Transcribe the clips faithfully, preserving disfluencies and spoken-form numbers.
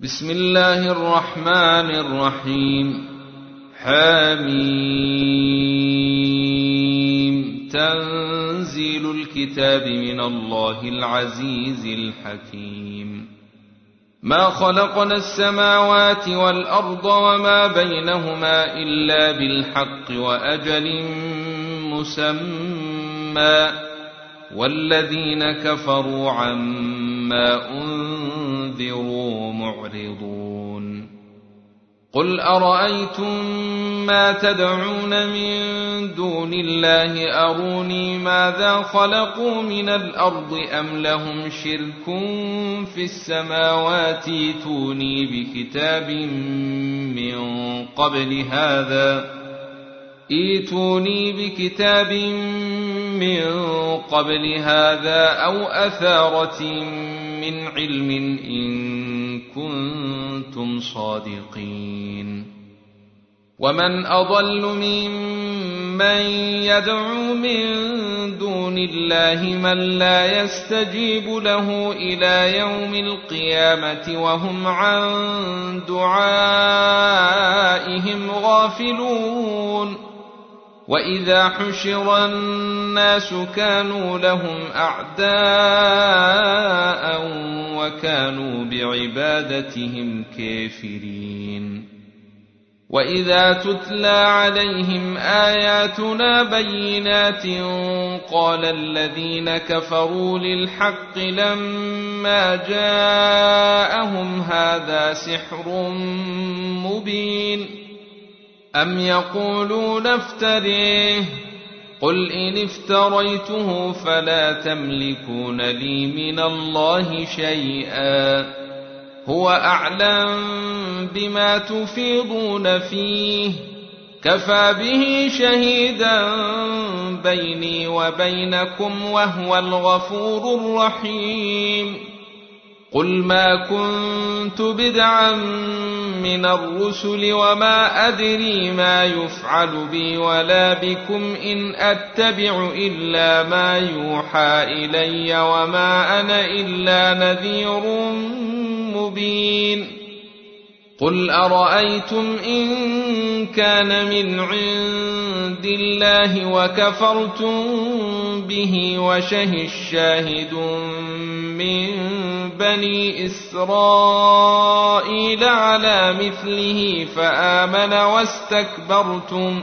بسم الله الرحمن الرحيم. حميم. تنزيل الكتاب من الله العزيز الحكيم. ما خلقنا السماوات والأرض وما بينهما إلا بالحق وأجل مسمى، والذين كفروا عما أنذروا معرضون. قل أرأيتم ما تدعون من دون الله أروني ماذا خلقوا من الأرض أم لهم شرك في السماوات ائتوني بكتاب من قبل هذا ائتوني بكتاب من قبل هذا أو أثارة من علم إن كنتم صادقين. ومن أضل ممن يدعو من دون الله من لا يستجيب له إلى يوم القيامة وهم عن دعائهم غافلون. وإذا حشر الناس كانوا لهم أعداء وكانوا بعبادتهم كافرين. وإذا تتلى عليهم آياتنا بينات قال الذين كفروا للحق لما جاءهم هذا سحر مبين. أم يقولون افتريه قل إن افتريته فلا تملكون لي من الله شيئا هو أعلم بما تفيضون فيه كفى به شهيدا بيني وبينكم وهو الغفور الرحيم. قل ما كنت بدعا من الرسل وما أدري ما يفعل بي ولا بكم إن أتبع إلا ما يوحى إلي وما أنا إلا نذير مبين. قل أرأيتم إن كان من عند الله وكفرتم به وشهد شاهد من بني إسرائيل على مثله فآمن واستكبرتم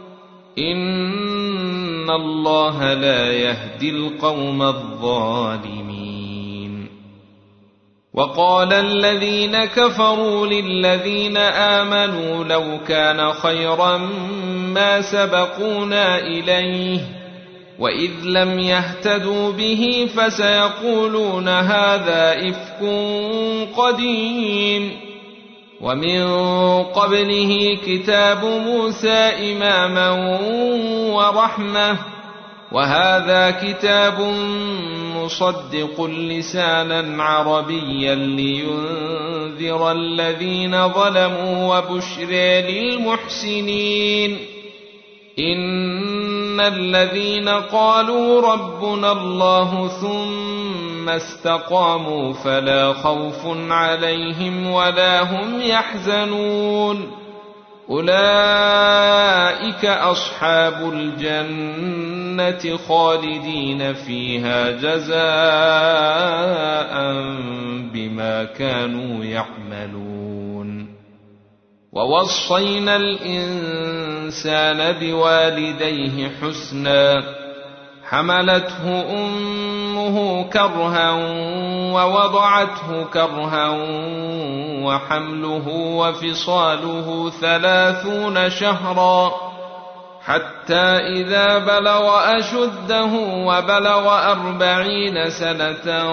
إن الله لا يهدي القوم الظالمين. وقال الذين كفروا للذين آمنوا لو كان خيرا ما سبقونا إليه وإذ لم يهتدوا به فسيقولون هذا إفك قديم. ومن قبله كتاب موسى إماما ورحمة وهذا كتاب مصدق لسانا عربيا لينذر الذين ظلموا وبشرى للمحسنين. إن الذين قالوا ربنا الله ثم استقاموا فلا خوف عليهم ولا هم يحزنون أولئك أصحاب الجنة خالدين فيها جزاء بما كانوا يعملون. ووصينا الإنسان بوالديه حسنا حملته أمه كرها ووضعته كرها وحمله وفصاله ثلاثون شهرا حتى إذا بلغ أشده وبلغ أربعين سنة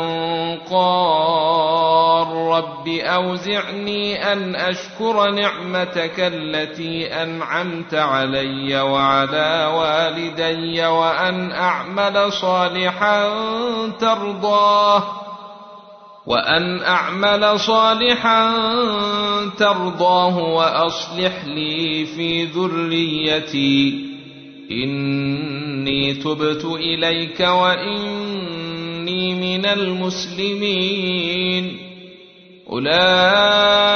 قال رب أوزعني أن أشكر نعمتك التي أنعمت علي وعلى والدي وأن أعمل صالحا ترضاه وأن أعمل صالحا ترضاه وأصلح لي في ذريتي إني تبت إليك وإني من المسلمين. أولئك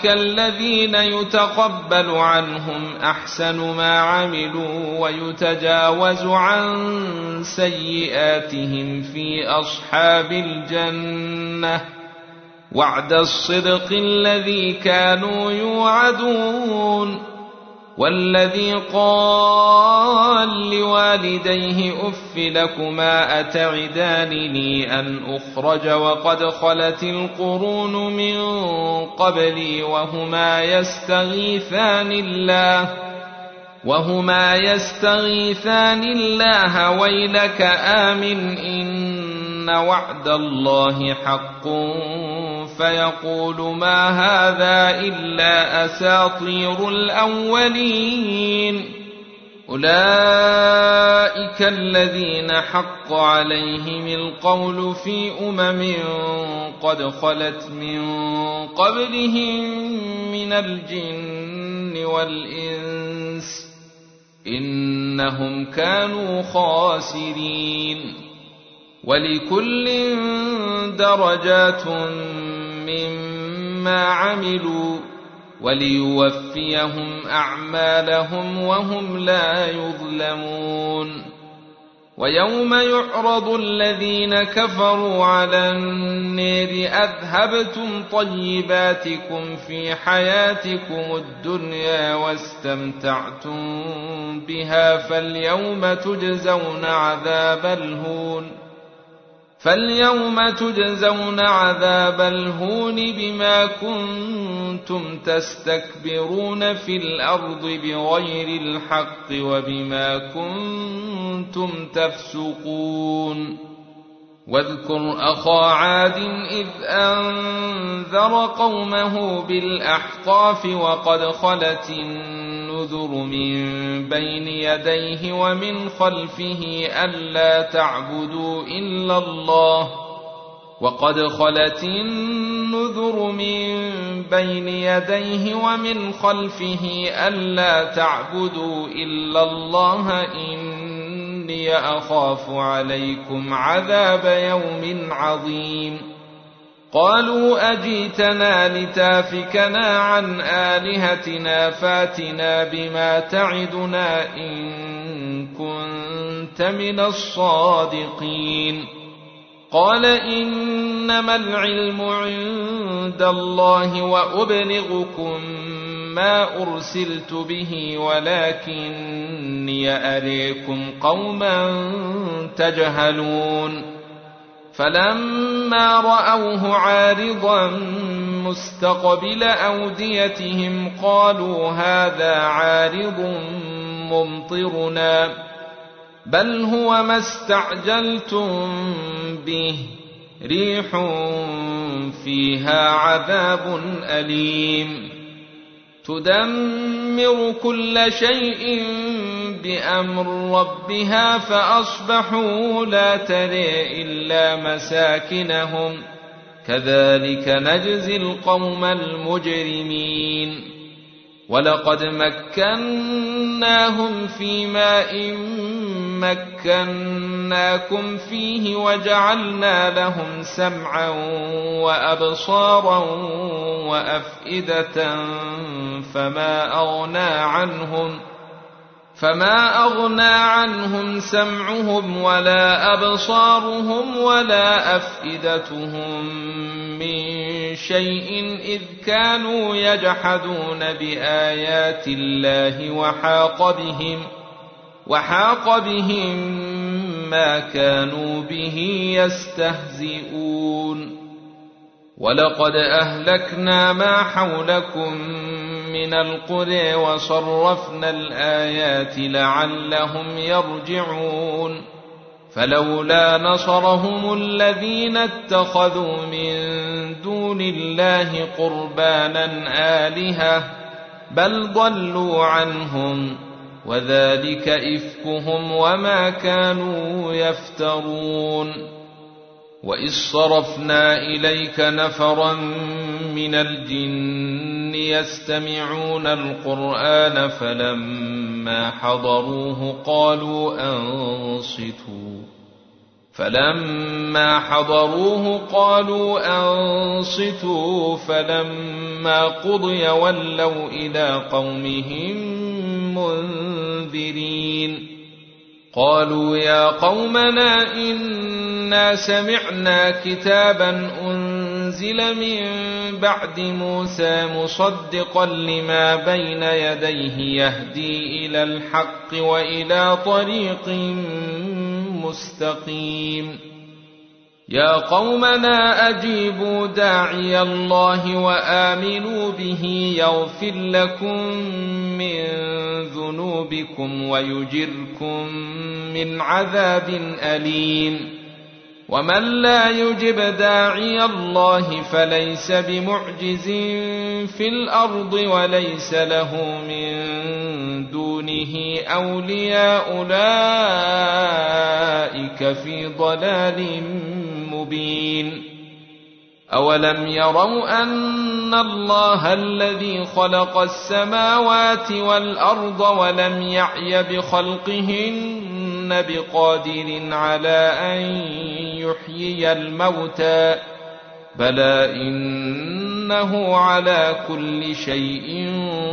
أولئك الذين يتقبل عنهم أحسن ما عملوا ويتجاوز عن سيئاتهم في أصحاب الجنة وعد الصدق الذي كانوا يوعدون. والذي قال لوالديه أف لكما أتعدانني أن أخرج وقد خلت القرون من قبلي وهما يستغيثان الله وهما يستغيثان الله ويلك آمن إن وعد الله حق فيقول ما هذا إلا أساطير الأولين. أولئك الذين حق عليهم القول في أمم قد خلت من قبلهم من الجن والإنس إنهم كانوا خاسرين. ولكل درجات مما عملوا وليوفيهم أعمالهم وهم لا يظلمون. ويوم يعرض الذين كفروا على النار أذهبتم طيباتكم في حياتكم الدنيا واستمتعتم بها فاليوم تجزون عذاب الهون فاليوم تجزون عذاب الهون بما كنتم تستكبرون في الأرض بغير الحق وبما كنتم تفسقون. واذكر أخا عاد إذ أنذر قومه بالأحقاف وقد خلت النذر من بين يديه ومن خلفه ألا تعبدوا إلا الله وقد خلت النذر من بين يديه ومن خلفه ألا تعبدوا إلا الله إني أخاف عليكم عذاب يوم عظيم. قالوا أجيتنا لتافكنا عن آلهتنا فاتنا بما تعدنا إن كنت من الصادقين. قال إنما العلم عند الله وأبلغكم ما أرسلت به ولكني أريكم قوما تجهلون. فلما رأوه عارضا مستقبل أوديتهم قالوا هذا عارض ممطرنا بل هو ما استعجلتم به ريح فيها عذاب أليم تدمر كل شيء بأمر ربها فأصبحوا لا ترى إلا مساكنهم كذلك نجزي القوم المجرمين. ولقد مكناهم في ماء مكناكم فيه وجعلنا لهم سمعا وأبصارا وأفئدة فما أغنى عنهم فما أغنى عنهم سمعهم ولا أبصارهم ولا أفئدتهم من شيء إذ كانوا يجحدون بآيات الله وحاق بهم وحاق بهم ما كانوا به يستهزئون. ولقد أهلكنا ما حولكم من القرى وصرفنا الآيات لعلهم يرجعون. فلولا نصرهم الذين اتخذوا من دون الله قربانا آلهة بل ضلوا عنهم وذلك إفكهم وما كانوا يفترون. وإذ صرفنا إليك نفرا من الجن يستمعون القرآن فلما حضروه قالوا أنصتوا فلما حضروه قالوا أنصتوا فلما قضي ولوا إلى قومهم منذرين قالوا يا قومنا إنا سمعنا كتابا أنزل من بعد موسى مصدقا لما بين يديه يهدي إلى الحق وإلى طريق مستقيم يا قومنا أجيبوا داعي الله وآمنوا به يغفر لكم من ذنوبكم ويجركم من عذاب أليم ومن لا يجب داعي الله فليس بمعجز في الأرض وليس له من دونه أولياء أولئك في ضلال مبين أولم يروا أن الله الذي خلق السماوات والأرض ولم يعي بخلقهن بقادر على أن يحيي الموتى بلى إنه على كل شيء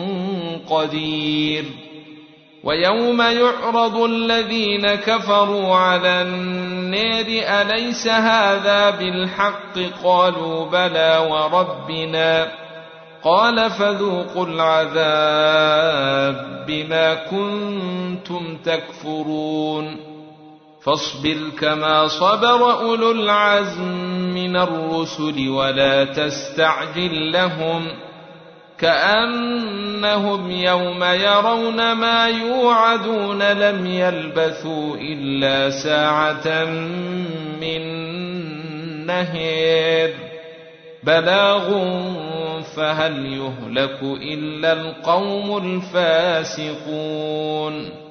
قدير ويوم يعرض الذين كفروا على النار أليس هذا بالحق قالوا بلى وربنا قال فذوقوا العذاب بما كنتم تكفرون فاصبر كما صبر أولو العزم من الرسل ولا تستعجل لهم كأنهم يوم يرون ما يوعدون لم يلبثوا إلا ساعة من نهار بلاغ فهل يهلك إلا القوم الفاسقون